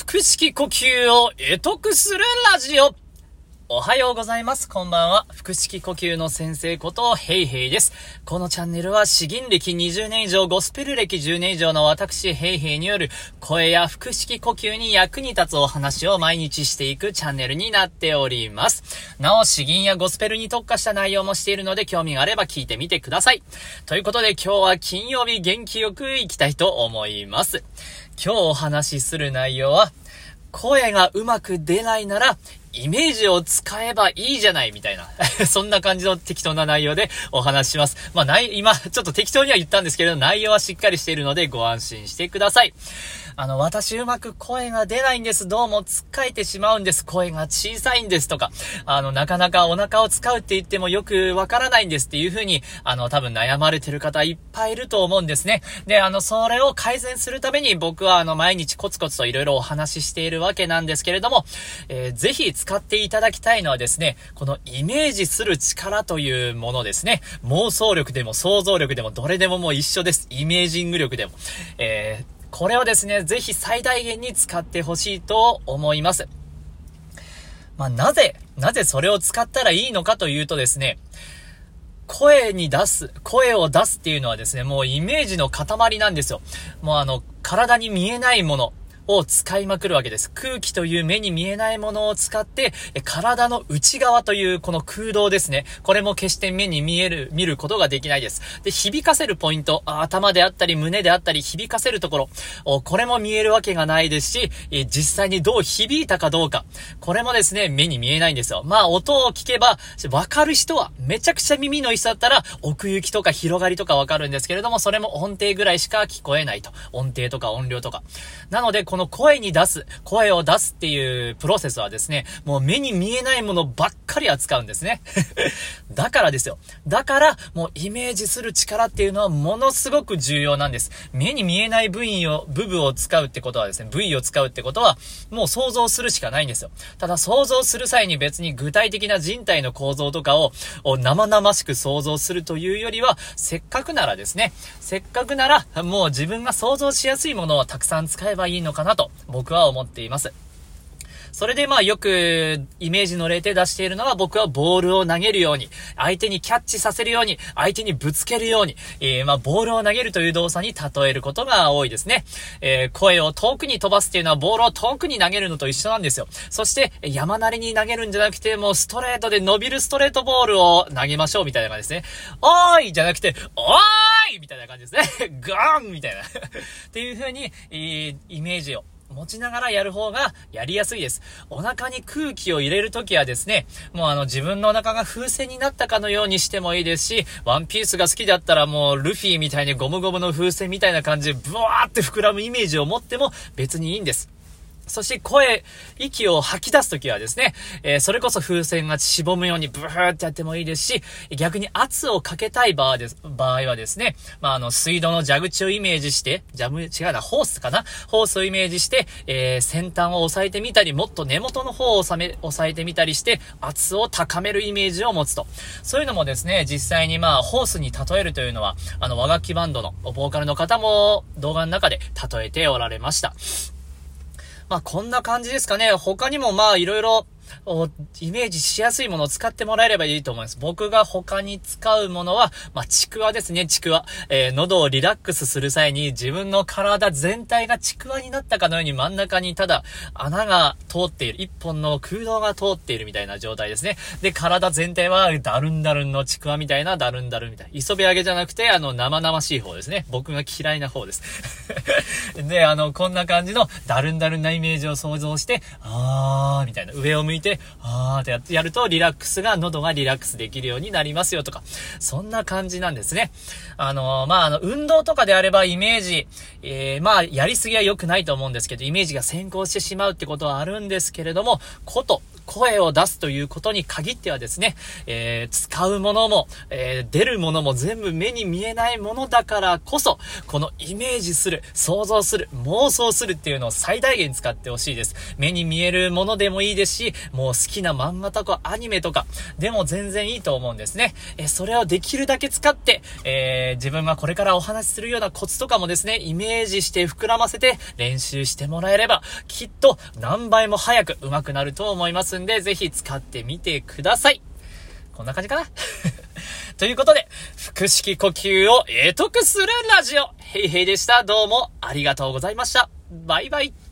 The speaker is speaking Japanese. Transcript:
腹式呼吸を得得するラジオ。おはようございます。こんばんは。腹式呼吸の先生ことヘイヘイです。このチャンネルは詩吟歴20年以上、ゴスペル歴10年以上の私ヘイヘイによる声や腹式呼吸に役に立つお話を毎日していくチャンネルになっております。なお、詩吟やゴスペルに特化した内容もしているので、興味があれば聞いてみてください。ということで、今日は金曜日元気よくいきたいと思います。今日お話しする内容は、声がうまく出ないならイメージを使えばいいじゃないみたいなそんな感じの適当な内容でお話しします。今ちょっと適当には言ったんですけれど、内容はしっかりしているのでご安心してください。私うまく声が出ないんです。どうもつっかえてしまうんです。声が小さいんですとか、なかなかお腹を使うって言ってもよくわからないんですっていう風に、多分悩まれてる方いっぱいいると思うんですね。で、それを改善するために僕は毎日コツコツといろいろお話ししているわけなんですけれども、ぜひ使っていただきたいのはですね、このイメージする力というものですね。妄想力でも想像力でもどれでももう一緒です。イメージング力でも。これをですね、ぜひ最大限に使ってほしいと思います。なぜそれを使ったらいいのかというとですね、声を出すっていうのはですね、もうイメージの塊なんですよ。もう体に見えないものを使いまくるわけです。空気という目に見えないものを使って、体の内側というこの空洞ですね。これも決して目に見ることができないです。で、響かせるポイント、頭であったり胸であったり響かせるところ、これも見えるわけがないですし、実際にどう響いたかどうか、これもですね、目に見えないんですよ。音を聞けば、わかる人は、めちゃくちゃ耳のいい人だったら、奥行きとか広がりとかわかるんですけれども、それも音程ぐらいしか聞こえないと。音程とか音量とか。なので、この声を出すっていうプロセスはですね、もう目に見えないものばっかり扱うんですね。だからですよ。だから、もうイメージする力っていうのはものすごく重要なんです。目に見えない部分を使うってことはですね、部位を使うってことは、もう想像するしかないんですよ。ただ想像する際に別に具体的な人体の構造とかを生々しく想像するというよりは、せっかくならもう自分が想像しやすいものをたくさん使えばいいのかなと僕は思っています。それでよくイメージの例で出しているのは、僕はボールを投げるように、相手にキャッチさせるように、相手にぶつけるように、ボールを投げるという動作に例えることが多いですね。声を遠くに飛ばすっていうのはボールを遠くに投げるのと一緒なんですよ。そして山なりに投げるんじゃなくて、もうストレートで伸びるストレートボールを投げましょうみたいな感じですね。おーいじゃなくて、おーいみたいな感じですね。ガーンみたいなっていう風にイメージを持ちながらやる方がやりやすいです。お腹に空気を入れるときはですね、もう自分のお腹が風船になったかのようにしてもいいですし、ワンピースが好きだったらもうルフィみたいにゴムゴムの風船みたいな感じでブワーって膨らむイメージを持っても別にいいんです。そして息を吐き出すときはですね、それこそ風船がしぼむようにブーってやってもいいですし、逆に圧をかけたい場合はですね、水道の蛇口をイメージして、ホースかな？ホースをイメージして、先端を押さえてみたり、もっと根元の方を押さえてみたりして、圧を高めるイメージを持つと。そういうのもですね、実際にホースに例えるというのは、和楽器バンドのボーカルの方も動画の中で例えておられました。こんな感じですかね。他にもいろいろイメージしやすいものを使ってもらえればいいと思います。僕が他に使うものは、ちくわですね、ちくわ。喉をリラックスする際に自分の体全体がちくわになったかのように真ん中にただ穴が通っている、一本の空洞が通っているみたいな状態ですね。で、体全体はダルンダルンのちくわみたいなダルンダルンみたいな。磯辺揚げじゃなくて、生々しい方ですね。僕が嫌いな方です。で、こんな感じのダルンダルンなイメージを想像して、みたいな上を向いてってやると喉がリラックスできるようになりますよとか、そんな感じなんですね。運動とかであればイメージ、やりすぎは良くないと思うんですけど、イメージが先行してしまうってことはあるんですけれども、 声を出すということに限ってはですね、使うものも、出るものも全部目に見えないものだからこそ、このイメージする、想像する、妄想するっていうのを最大限使ってほしいです。目に見えるものでもいいですし、もう好きな漫画とかアニメとかでも全然いいと思うんですね。それをできるだけ使って、自分がこれからお話しするようなコツとかもですね、イメージして膨らませて練習してもらえれば、きっと何倍も早く上手くなると思いますんで、ぜひ使ってみてください。こんな感じかなということで、腹式呼吸を得得するラジオ、ヘイヘイでした。どうもありがとうございました。バイバイ。